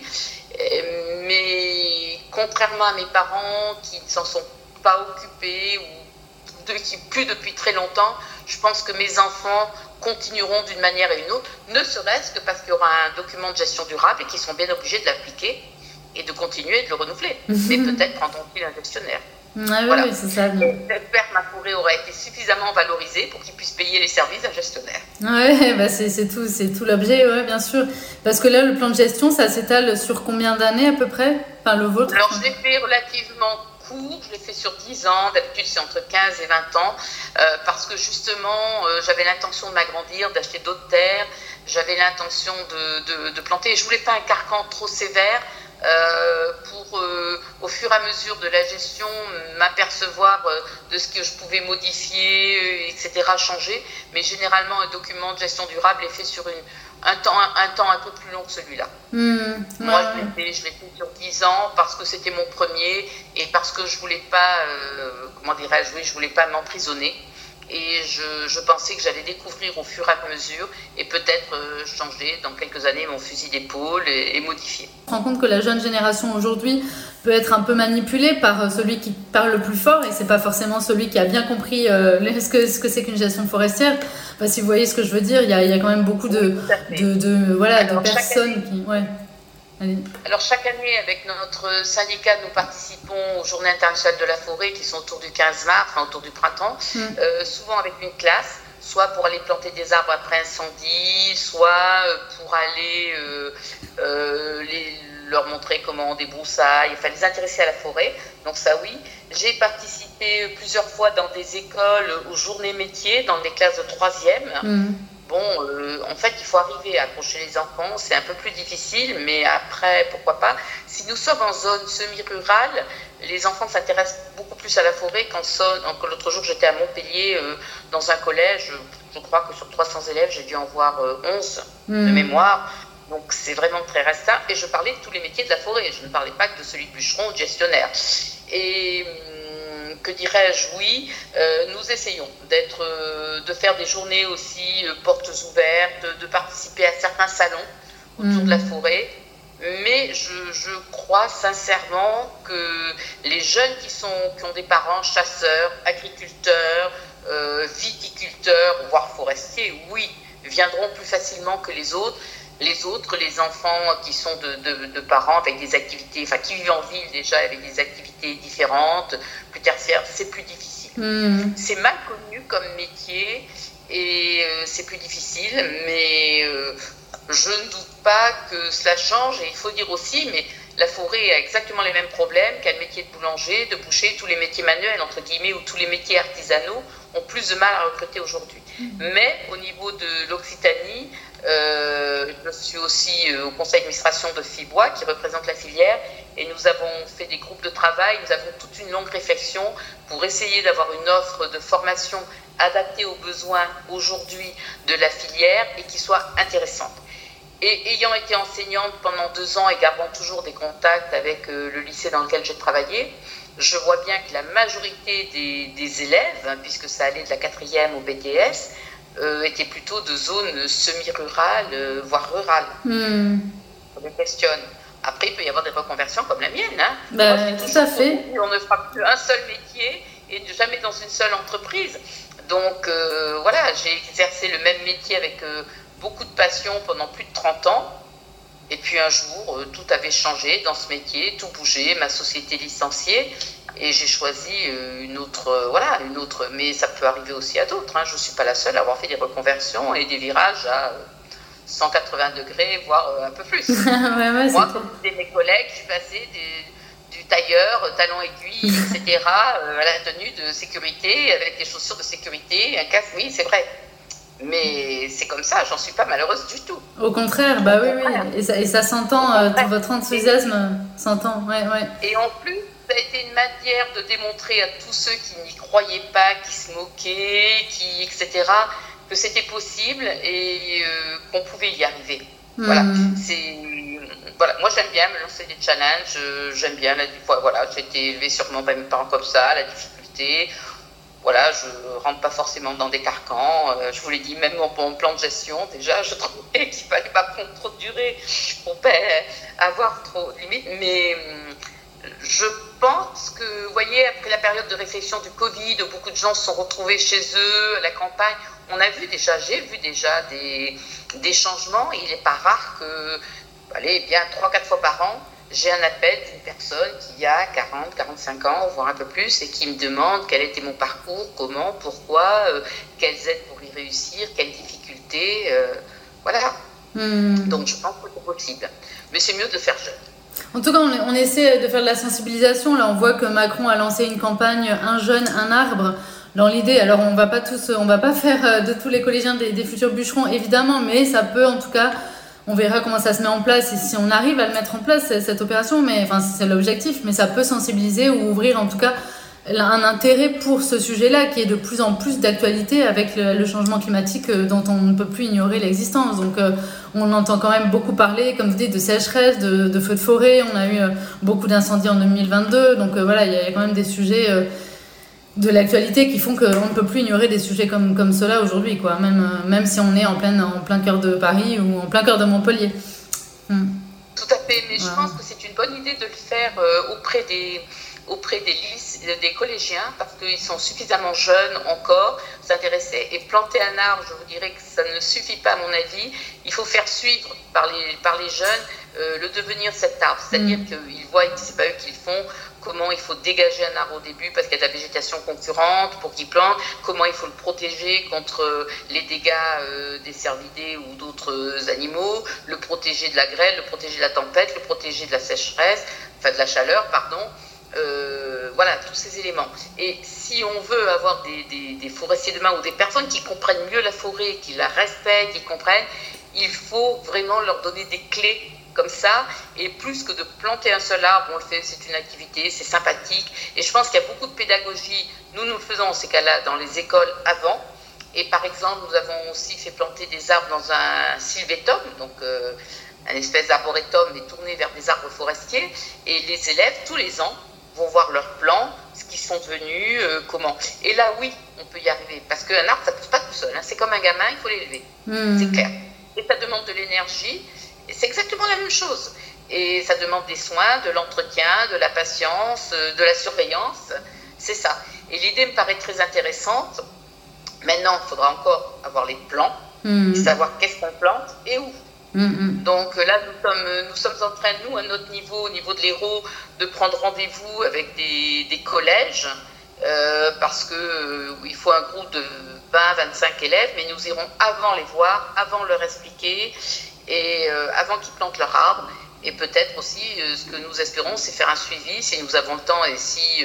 Mais contrairement à mes parents qui ne s'en sont pas occupés, ou qui plus depuis très longtemps, je pense que mes enfants continueront d'une manière et une autre, ne serait-ce que parce qu'il y aura un document de gestion durable et qu'ils seront bien obligés de l'appliquer et de continuer de le renouveler. Mais peut-être prendront-ils un gestionnaire. Ah oui, voilà. Oui, c'est ça. J'espère que ma forêt aura été suffisamment valorisée pour qu'ils puissent payer les services d'un gestionnaire. Oui, c'est tout l'objet, ouais, bien sûr. Parce que là, le plan de gestion, ça s'étale sur combien d'années à peu près? Enfin, le vôtre? Alors, je l'ai fait relativement court, je l'ai fait sur 10 ans, d'habitude c'est entre 15 et 20 ans, parce que justement, j'avais l'intention de m'agrandir, d'acheter d'autres terres, j'avais l'intention de planter, et je voulais pas un carcan trop sévère, pour au fur et à mesure de la gestion m'apercevoir de ce que je pouvais modifier, etc., changer. Mais généralement un document de gestion durable est fait sur un temps un peu plus long que celui-là. Moi je l'ai fait sur 10 ans parce que c'était mon premier et parce que je voulais pas je voulais pas m'emprisonner. Et je pensais que j'allais découvrir au fur et à mesure et peut-être changer dans quelques années mon fusil d'épaule et modifier. On se rend compte que la jeune génération aujourd'hui peut être un peu manipulée par celui qui parle le plus fort et c'est pas forcément celui qui a bien compris ce que c'est qu'une gestion forestière. Enfin, si vous voyez ce que je veux dire, il y a quand même beaucoup de personnes qui... Ouais. Allez. Alors chaque année, avec notre syndicat, nous participons aux Journées internationales de la forêt qui sont autour du 15 mars, autour du printemps, souvent avec une classe, soit pour aller planter des arbres après incendie, soit pour aller leur montrer comment on débroussaille, enfin les intéresser à la forêt. Donc ça oui, j'ai participé plusieurs fois dans des écoles aux journées métiers, dans des classes de 3e. Bon, en fait, il faut arriver à accrocher les enfants, c'est un peu plus difficile, mais après, pourquoi pas. Si nous sommes en zone semi-rurale, les enfants s'intéressent beaucoup plus à la forêt qu'en l'autre jour, j'étais à Montpellier, dans un collège, je crois que sur 300 élèves, j'ai dû en voir 11 de mémoire. Donc, c'est vraiment très restreint. Et je parlais de tous les métiers de la forêt, je ne parlais pas que de celui de bûcheron ou de gestionnaire. Et... que dirais-je, oui, nous essayons de faire des journées aussi portes ouvertes, de participer à certains salons autour de la forêt, mais je crois sincèrement que les jeunes qui ont des parents chasseurs, agriculteurs, viticulteurs, voire forestiers, oui, viendront plus facilement que les autres. Les enfants qui sont de parents avec des activités, enfin qui vivent en ville déjà avec des activités différentes, plus tertiaires, c'est plus difficile. C'est mal connu comme métier et c'est plus difficile, mais je ne doute pas que cela change. Et il faut dire aussi, mais la forêt a exactement les mêmes problèmes qu'un métier de boulanger, de boucher, tous les métiers manuels, entre guillemets, ou tous les métiers artisanaux ont plus de mal à recruter aujourd'hui. Mais au niveau de l'Occitanie, je suis aussi au conseil d'administration de Fibois qui représente la filière et nous avons fait des groupes de travail, nous avons toute une longue réflexion pour essayer d'avoir une offre de formation adaptée aux besoins aujourd'hui de la filière et qui soit intéressante. Et ayant été enseignante pendant 2 ans et gardant toujours des contacts avec le lycée dans lequel j'ai travaillé, je vois bien que la majorité des élèves, puisque ça allait de la 4e au BTS, étaient plutôt de zones semi-rurales, voire rurales. Je me questionne. Après, il peut y avoir des reconversions comme la mienne. Hein. Bah, Moi, tout à fait. On ne fera plus un seul métier et jamais dans une seule entreprise. Donc, voilà, j'ai exercé le même métier avec beaucoup de passion pendant plus de 30 ans. Et puis un jour, tout avait changé dans ce métier, tout bougeait, ma société licenciée. Et j'ai choisi une autre, mais ça peut arriver aussi à d'autres. Hein. Je ne suis pas la seule à avoir fait des reconversions et des virages à 180 degrés, voire un peu plus. Moi, comme disaient mes collègues, je suis passée du tailleur, talon aiguille, etc., à la tenue de sécurité, avec des chaussures de sécurité, un casque, oui, c'est vrai. Mais c'est comme ça, j'en suis pas malheureuse du tout. Au contraire, bah oui. Et ça s'entend, votre enthousiasme s'entend, ouais. Et en plus, ça a été une manière de démontrer à tous ceux qui n'y croyaient pas, qui se moquaient, etc., que c'était possible et qu'on pouvait y arriver. Voilà. Moi, j'aime bien me lancer des challenges, j'aime bien, j'ai été élevée sûrement par mes parents comme ça, la difficulté. Voilà, je ne rentre pas forcément dans des carcans. Je vous l'ai dit, même mon plan de gestion, déjà, je trouvais qu'il ne fallait pas prendre trop de durée pour ne pas avoir trop de limites. Mais je pense que, vous voyez, après la période de réflexion du Covid, où beaucoup de gens se sont retrouvés chez eux, à la campagne, j'ai vu déjà des changements. Il n'est pas rare que, 3-4 fois par an, j'ai un appel d'une personne qui a 40, 45 ans, voire un peu plus, et qui me demande quel était mon parcours, comment, pourquoi, quelles aides pour y réussir, quelles difficultés, voilà. Donc je pense que c'est possible. Mais c'est mieux de faire jeune. En tout cas, on essaie de faire de la sensibilisation. Là, on voit que Macron a lancé une campagne « Un jeune, un arbre ». Dans l'idée, alors on va pas faire de tous les collégiens des futurs bûcherons, évidemment, mais ça peut en tout cas... On verra comment ça se met en place et si on arrive à le mettre en place, cette opération, c'est l'objectif, mais ça peut sensibiliser ou ouvrir en tout cas un intérêt pour ce sujet-là qui est de plus en plus d'actualité avec le changement climatique dont on ne peut plus ignorer l'existence. Donc on entend quand même beaucoup parler, comme vous dites, de sécheresse, de feux de forêt. On a eu beaucoup d'incendies en 2022. Donc il y a quand même des sujets... de l'actualité qui font qu'on ne peut plus ignorer des sujets comme cela aujourd'hui, quoi. Même si on est en plein cœur de Paris ou en plein cœur de Montpellier. Tout à fait, mais je pense que c'est une bonne idée de le faire auprès des collégiens parce qu'ils sont suffisamment jeunes encore, s'intéresser et planter un arbre, je vous dirais que ça ne suffit pas à mon avis. Il faut faire suivre par les jeunes le devenir de cet arbre, c'est-à-dire qu'ils voient que ce n'est pas eux qui le font, comment il faut dégager un arbre au début parce qu'il y a de la végétation concurrente pour qu'il plante, comment il faut le protéger contre les dégâts des cervidés ou d'autres animaux, le protéger de la grêle, le protéger de la tempête, le protéger de la sécheresse, de la chaleur, pardon. Tous ces éléments. Et si on veut avoir des forestiers demain ou des personnes qui comprennent mieux la forêt, qui la respectent, qui comprennent, il faut vraiment leur donner des clés comme ça, et plus que de planter un seul arbre, on le fait, c'est une activité, c'est sympathique, et je pense qu'il y a beaucoup de pédagogie, nous le faisons en ces cas-là dans les écoles avant, et par exemple, nous avons aussi fait planter des arbres dans un sylvétum, donc un espèce d'arboretum, mais tourné vers des arbres forestiers, et les élèves, tous les ans, vont voir leurs plans, ce qu'ils sont devenus, comment. Et là, oui, on peut y arriver, parce qu'un arbre, ça ne pousse pas tout seul, hein. C'est comme un gamin, il faut l'élever, c'est clair. Et ça demande de l'énergie, et c'est exactement la même chose. Et ça demande des soins, de l'entretien, de la patience, de la surveillance, c'est ça. Et l'idée me paraît très intéressante. Maintenant, il faudra encore avoir les plans, et savoir qu'est-ce qu'on plante et où. Donc là, nous sommes en train, nous, à notre niveau, au niveau de l'Hérault, de prendre rendez-vous avec des collèges, parce qu'il faut un groupe de 20-25 élèves, mais nous irons avant les voir, avant leur expliquer, et avant qu'ils plantent leur arbre. Et peut-être aussi, ce que nous espérons, c'est faire un suivi, si nous avons le temps et si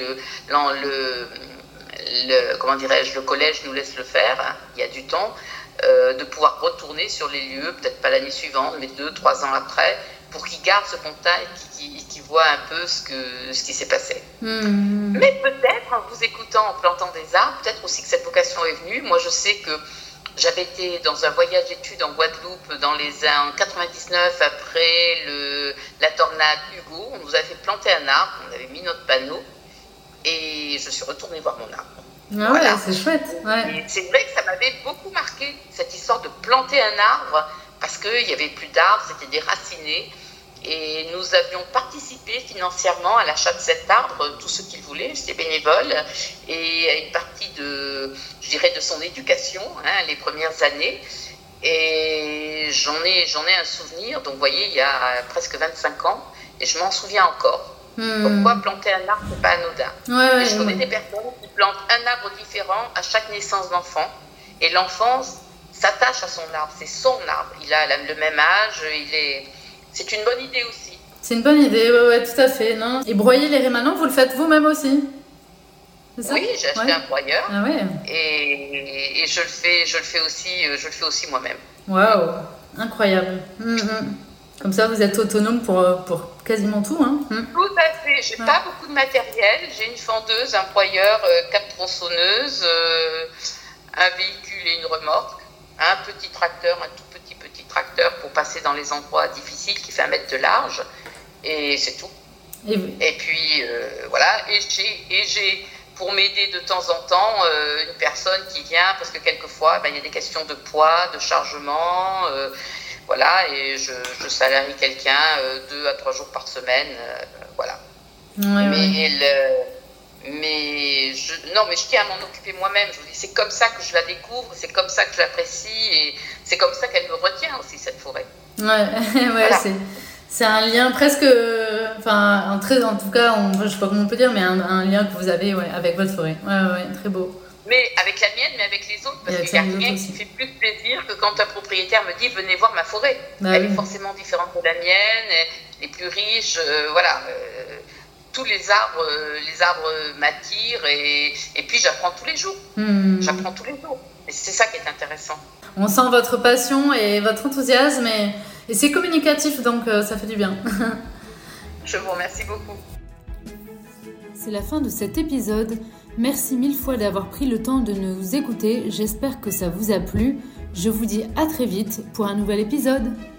le collège nous laisse le faire, hein, il y a du temps, de pouvoir retourner sur les lieux, peut-être pas l'année suivante, mais 2-3 ans après, pour qu'ils gardent ce contact et qu'ils voient un peu ce qui s'est passé. Mais peut-être, en vous écoutant, en plantant des arbres, peut-être aussi que cette vocation est venue. Moi, je sais que j'avais été dans un voyage d'études en Guadeloupe en 99, après la tornade Hugo. On nous avait fait planter un arbre, on avait mis notre panneau, et je suis retournée voir mon arbre. Ah voilà. Ouais, c'est chouette. Ouais. Et c'est vrai que ça m'avait beaucoup marqué, cette histoire de planter un arbre, parce qu'il n'y avait plus d'arbres, c'était déraciné. Et nous avions participé financièrement à l'achat de cet arbre, tous ceux qui le voulaient, c'était bénévole, et à une partie de son éducation, les premières années. Et j'en ai un souvenir, donc vous voyez, il y a presque 25 ans, et je m'en souviens encore. Pourquoi planter un arbre, c'est pas anodin. Et je connais des personnes qui plantent un arbre différent à chaque naissance d'enfant, et l'enfant s'attache à son arbre, c'est son arbre. Il a le même âge, c'est une bonne idée aussi. C'est une bonne idée, ouais, tout à fait. Non. Et broyer les rémanents, vous le faites vous-même aussi? Oui, j'ai acheté un broyeur. Ah ouais. Et je le fais aussi moi-même. Waouh, incroyable. Comme ça, vous êtes autonome pour quasiment tout. Tout à fait. J'ai pas beaucoup de matériel. J'ai une fendeuse, un broyeur, 4 tronçonneuses, un véhicule et une remorque, un petit tracteur, un tout petit tracteur pour passer dans les endroits difficiles qui fait 1 mètre de large. Et c'est tout. Et puis, voilà. Et j'ai pour m'aider de temps en temps une personne qui vient, parce que quelquefois, il y a des questions de poids, de chargement, voilà, et je salarie quelqu'un 2 à 3 jours par semaine, voilà. Mais je tiens à m'en occuper moi-même. Je vous dis, c'est comme ça que je la découvre, c'est comme ça que je l'apprécie, et c'est comme ça qu'elle me retient aussi, cette forêt. Ouais, voilà. C'est un lien presque, en tout cas, je sais pas comment on peut dire, mais un lien que vous avez avec votre forêt. Ouais, très beau. Mais avec la mienne, mais avec les autres, parce qu'il n'y a rien qui fait plus plaisir que quand un propriétaire me dit « venez voir ma forêt ». Elle est forcément différente de la mienne, elle est plus riche, voilà. Tous les arbres m'attirent, et puis j'apprends tous les jours. J'apprends tous les jours. Et c'est ça qui est intéressant. On sent votre passion et votre enthousiasme, et c'est communicatif, donc ça fait du bien. Je vous remercie beaucoup. C'est la fin de cet épisode. Merci 1000 fois d'avoir pris le temps de nous écouter. J'espère que ça vous a plu. Je vous dis à très vite pour un nouvel épisode.